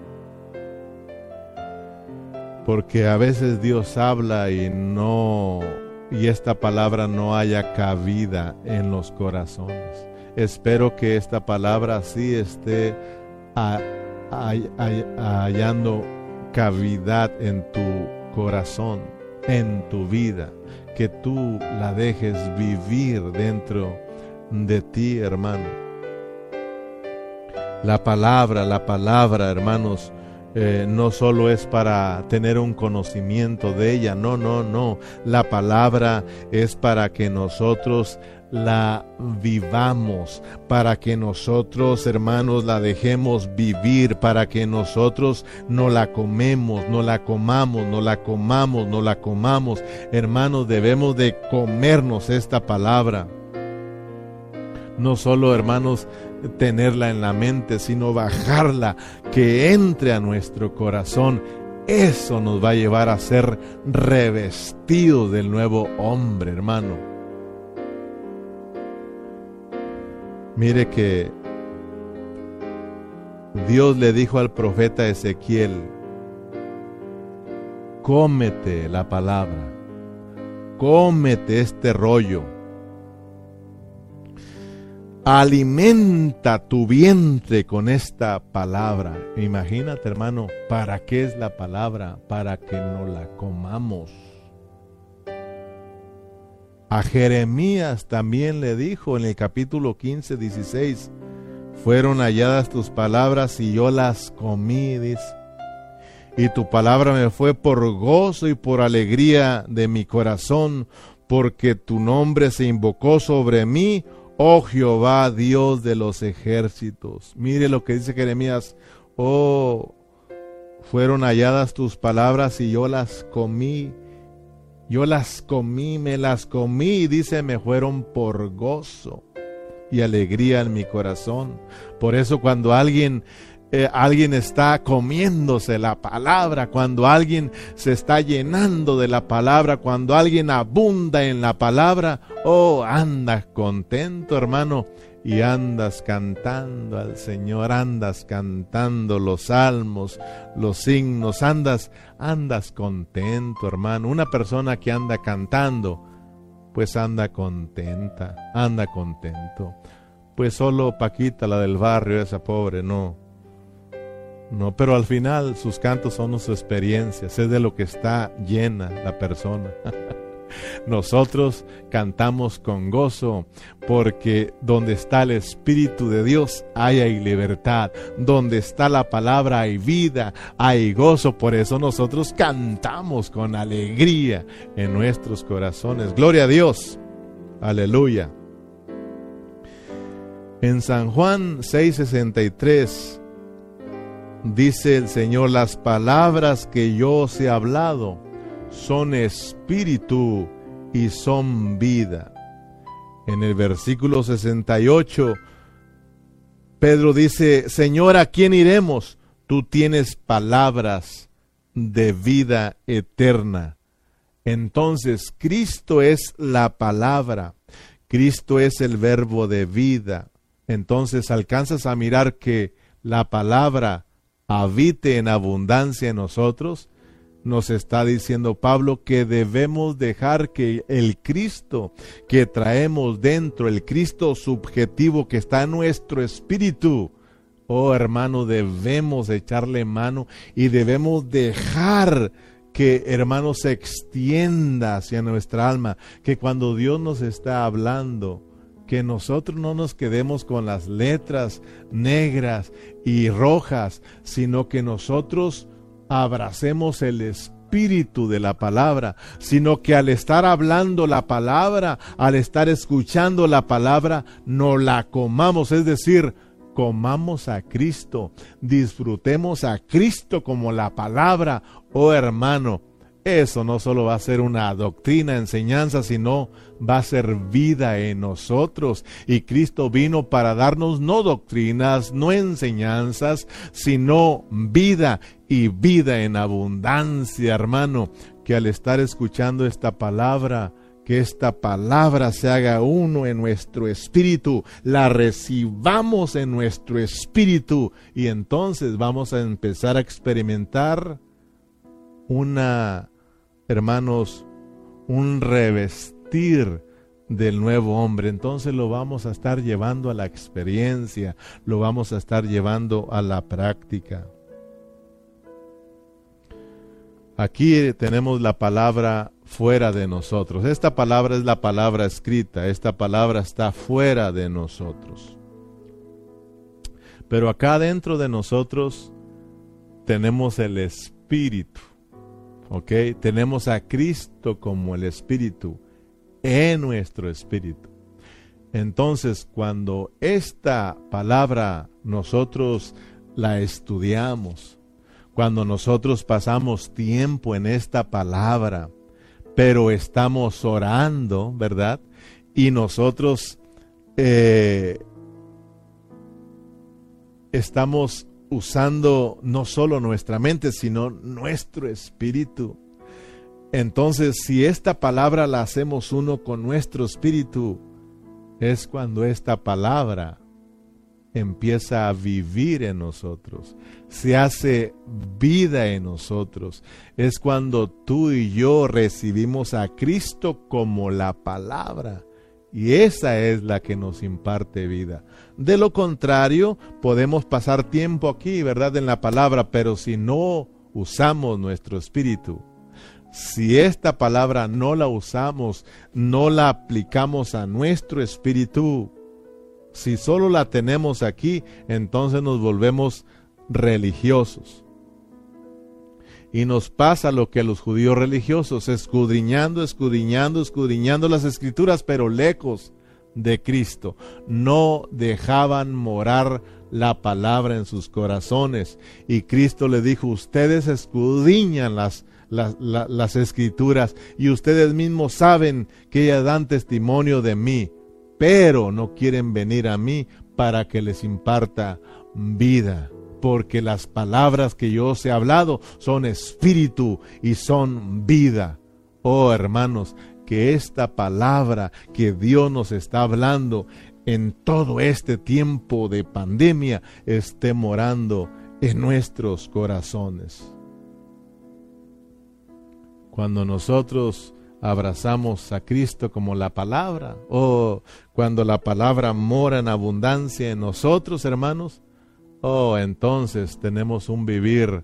Porque a veces Dios habla y esta palabra no haya cabida en los corazones. Espero que esta palabra sí esté hallando cavidad en tu corazón, en tu vida, que tú la dejes vivir dentro de ti, hermano. La palabra, hermanos, no solo es para tener un conocimiento de ella, no. La palabra es para que nosotros la vivamos, para que nosotros, hermanos, la dejemos vivir, para que nosotros no la comamos. Hermanos, debemos de comernos esta palabra. No solo, hermanos, tenerla en la mente, sino bajarla, que entre a nuestro corazón. Eso nos va a llevar a ser revestidos del nuevo hombre, hermano. Mire que Dios le dijo al profeta Ezequiel: cómete la palabra, cómete este rollo, alimenta tu vientre con esta palabra. Imagínate, hermano, ¿para qué es la palabra? Para que no la comamos. A Jeremías también le dijo en el capítulo 15, 16, fueron halladas tus palabras y yo las comí, dice. Y tu palabra me fue por gozo y por alegría de mi corazón, porque tu nombre se invocó sobre mí, oh Jehová, Dios de los ejércitos. Mire lo que dice Jeremías: oh, fueron halladas tus palabras y yo las comí. Me las comí, dice, me fueron por gozo y alegría en mi corazón. Por eso cuando alguien está comiéndose la palabra, cuando alguien se está llenando de la palabra, cuando alguien abunda en la palabra, oh, andas contento, hermano, y andas cantando al Señor, andas cantando los salmos, los signos, andas contento, hermano. Una persona que anda cantando, pues anda contenta, anda contento. Pues solo Paquita, la del barrio, esa pobre, no, pero al final sus cantos son sus experiencias, es de lo que está llena la persona. Nosotros cantamos con gozo, porque donde está el Espíritu de Dios hay libertad, donde está la palabra hay vida, hay gozo. Por eso nosotros cantamos con alegría en nuestros corazones. Gloria a Dios, aleluya. En San Juan 6:63 dice el Señor: las palabras que yo os he hablado son espíritu y son vida. En el versículo 68, Pedro dice: Señor, ¿a quién iremos? Tú tienes palabras de vida eterna. Entonces, Cristo es la palabra, Cristo es el verbo de vida. Entonces alcanzas a mirar que la palabra habite en abundancia en nosotros. Nos está diciendo Pablo que debemos dejar que el Cristo que traemos dentro, el Cristo subjetivo que está en nuestro espíritu, oh hermano, debemos echarle mano y debemos dejar que, hermano, se extienda hacia nuestra alma, que cuando Dios nos está hablando, que nosotros no nos quedemos con las letras negras y rojas, sino que nosotros abracemos el espíritu de la palabra, sino que al estar hablando la palabra, al estar escuchando la palabra, no la comamos, es decir, comamos a Cristo, disfrutemos a Cristo como la palabra, oh hermano. Eso no solo va a ser una doctrina, enseñanza, sino va a ser vida en nosotros. Y Cristo vino para darnos no doctrinas, no enseñanzas, sino vida, y vida en abundancia, hermano. Que al estar escuchando esta palabra, que esta palabra se haga uno en nuestro espíritu, la recibamos en nuestro espíritu, y entonces vamos a empezar a experimentar hermanos, un revestir del nuevo hombre. Entonces lo vamos a estar llevando a la experiencia, lo vamos a estar llevando a la práctica. Aquí tenemos la palabra fuera de nosotros. Esta palabra es la palabra escrita. Esta palabra está fuera de nosotros. Pero acá dentro de nosotros tenemos el Espíritu. ¿Ok? Tenemos a Cristo como el Espíritu en nuestro espíritu. Entonces, cuando esta palabra nosotros la estudiamos, cuando nosotros pasamos tiempo en esta palabra, pero estamos orando, ¿verdad? Y nosotros estamos usando no solo nuestra mente, sino nuestro espíritu. Entonces, si esta palabra la hacemos uno con nuestro espíritu, es cuando esta palabra empieza a vivir en nosotros, se hace vida en nosotros. Es cuando tú y yo recibimos a Cristo como la palabra, y esa es la que nos imparte vida. De lo contrario, podemos pasar tiempo aquí, ¿verdad?, en la palabra, pero si no usamos nuestro espíritu, si esta palabra no la usamos, no la aplicamos a nuestro espíritu, si solo la tenemos aquí, entonces nos volvemos religiosos. Y nos pasa lo que a los judíos religiosos, escudriñando las escrituras, pero lejos de Cristo. No dejaban morar la palabra en sus corazones. Y Cristo le dijo, ustedes escudriñan las escrituras y ustedes mismos saben que ellas dan testimonio de mí, pero no quieren venir a mí para que les imparta vida, porque las palabras que yo os he hablado son espíritu y son vida. Oh hermanos, que esta palabra que Dios nos está hablando en todo este tiempo de pandemia esté morando en nuestros corazones. Cuando nosotros abrazamos a Cristo como la palabra, o cuando la palabra mora en abundancia en nosotros, hermanos, entonces tenemos un vivir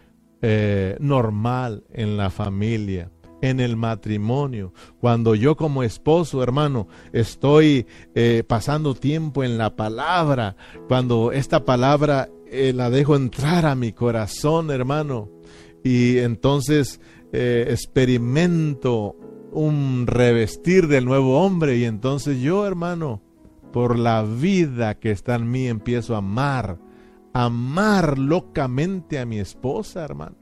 normal en la familia, en el matrimonio. Cuando yo como esposo, hermano, estoy pasando tiempo en la palabra, cuando esta palabra la dejo entrar a mi corazón, hermano, y entonces experimento un revestir del nuevo hombre, y entonces yo, hermano, por la vida que está en mí, empiezo a amar locamente a mi esposa, hermano.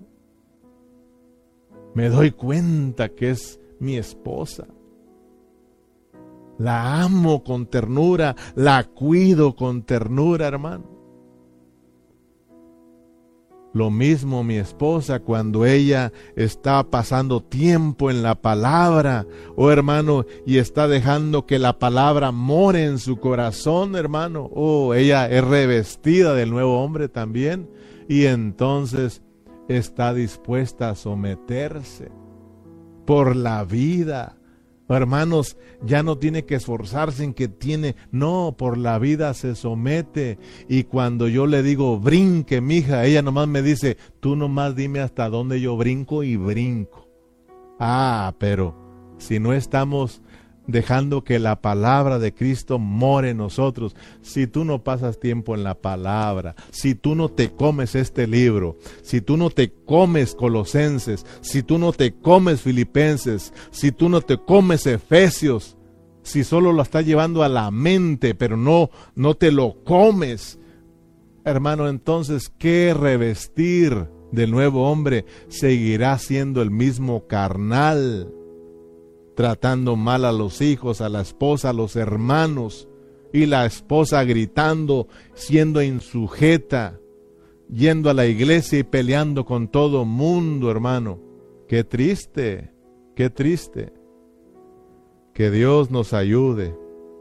Me doy cuenta que es mi esposa. La amo con ternura, la cuido con ternura, hermano. Lo mismo mi esposa cuando ella está pasando tiempo en la palabra, hermano, y está dejando que la palabra more en su corazón, hermano. Ella es revestida del nuevo hombre también, y entonces está dispuesta a someterse por la vida. Hermanos, ya no tiene que esforzarse en que por la vida se somete. Y cuando yo le digo, brinque, mija, ella nomás me dice, tú nomás dime hasta dónde yo brinco, y brinco. Pero si no estamos dejando que la palabra de Cristo more en nosotros, si tú no pasas tiempo en la palabra, si tú no te comes este libro, si tú no te comes Colosenses, si tú no te comes Filipenses, si tú no te comes Efesios, si solo lo estás llevando a la mente, pero no te lo comes, hermano, entonces, ¿qué revestir del nuevo hombre? Seguirá siendo el mismo carnal, tratando mal a los hijos, a la esposa, a los hermanos, y la esposa gritando, siendo insujeta, yendo a la iglesia y peleando con todo mundo, hermano. Qué triste, qué triste. Que Dios nos ayude.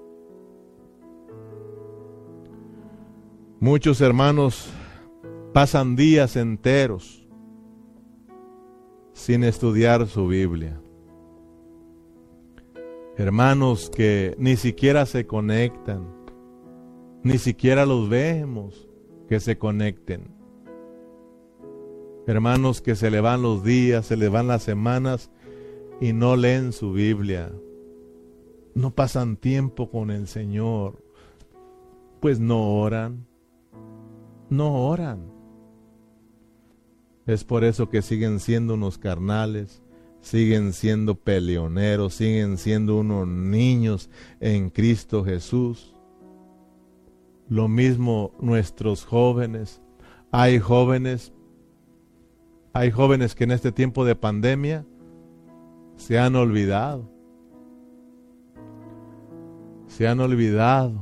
Muchos hermanos pasan días enteros sin estudiar su Biblia. Hermanos que ni siquiera se conectan, ni siquiera los vemos que se conecten. Hermanos que se le van los días, se le van las semanas y no leen su Biblia. No pasan tiempo con el Señor. Pues no oran. No oran. Es por eso que siguen siendo unos carnales, siguen siendo peleoneros, siguen siendo unos niños en Cristo Jesús. Lo mismo nuestros jóvenes. Hay jóvenes que en este tiempo de pandemia se han olvidado. Se han olvidado.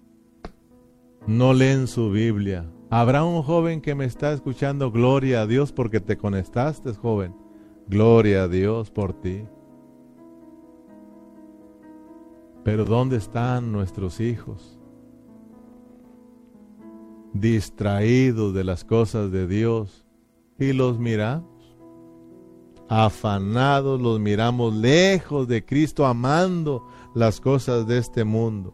No leen su Biblia. Habrá un joven que me está escuchando, gloria a Dios porque te conectaste, joven. Gloria a Dios por ti. Pero ¿dónde están nuestros hijos? Distraídos de las cosas de Dios. Y los miramos. Afanados, los miramos lejos de Cristo, amando las cosas de este mundo.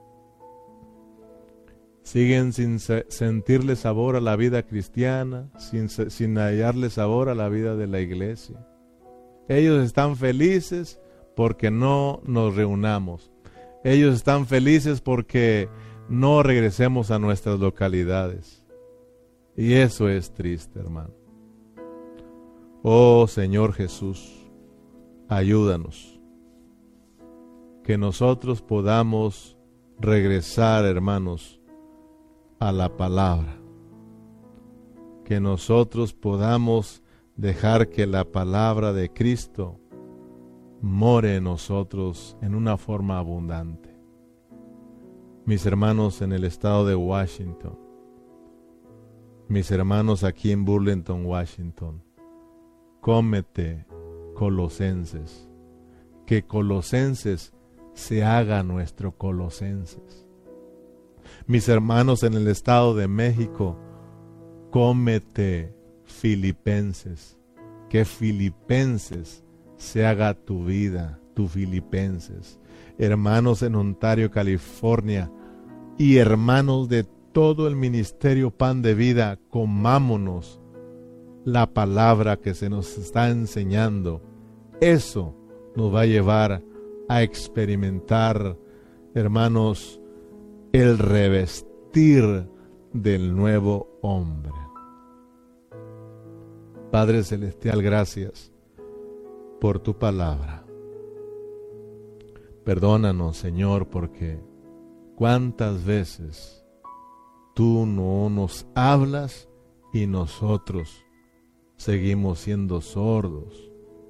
Siguen sin sentirle sabor a la vida cristiana, sin hallarle sabor a la vida de la iglesia. Ellos están felices porque no nos reunamos. Ellos están felices porque no regresemos a nuestras localidades. Y eso es triste, hermano. Oh Señor Jesús, ayúdanos. Que nosotros podamos regresar, hermanos, a la palabra. Que nosotros podamos dejar que la palabra de Cristo more en nosotros en una forma abundante. Mis hermanos en el estado de Washington, mis hermanos aquí en Burlington, Washington, cómete Colosenses, que Colosenses se haga nuestro Colosenses. Mis hermanos en el estado de México, cómete Filipenses, que Filipenses se haga tu vida, tu Filipenses. Hermanos en Ontario, California, y hermanos de todo el ministerio Pan de Vida, comámonos la palabra que se nos está enseñando. Eso nos va a llevar a experimentar, hermanos, el revestir del nuevo hombre. Padre Celestial, gracias por tu palabra. Perdónanos, Señor, porque cuántas veces tú no nos hablas y nosotros seguimos siendo sordos.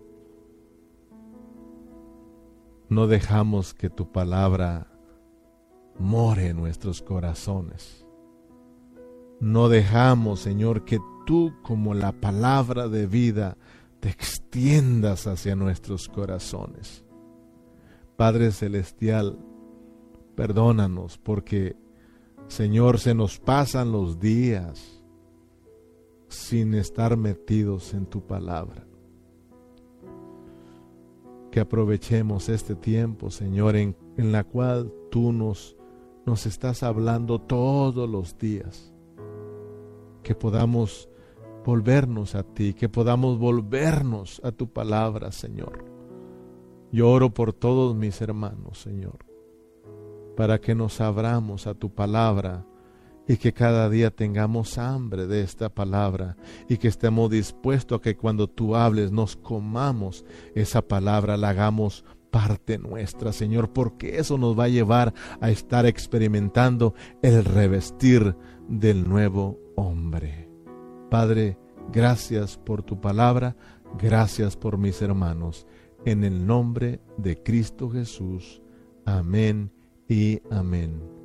No dejamos que tu palabra more en nuestros corazones. No dejamos, Señor, que tú, como la palabra de vida, te extiendas hacia nuestros corazones. Padre Celestial, perdónanos porque, Señor, se nos pasan los días sin estar metidos en tu palabra. Que aprovechemos este tiempo, Señor, en la cual tú nos estás hablando todos los días. Que podamos volvernos a ti, que podamos volvernos a tu palabra, Señor. Yo oro por todos mis hermanos, Señor, para que nos abramos a tu palabra y que cada día tengamos hambre de esta palabra y que estemos dispuestos a que cuando tú hables nos comamos esa palabra, la hagamos parte nuestra, Señor, porque eso nos va a llevar a estar experimentando el revestir del nuevo hombre. Padre, gracias por tu palabra, gracias por mis hermanos. En el nombre de Cristo Jesús. Amén y amén.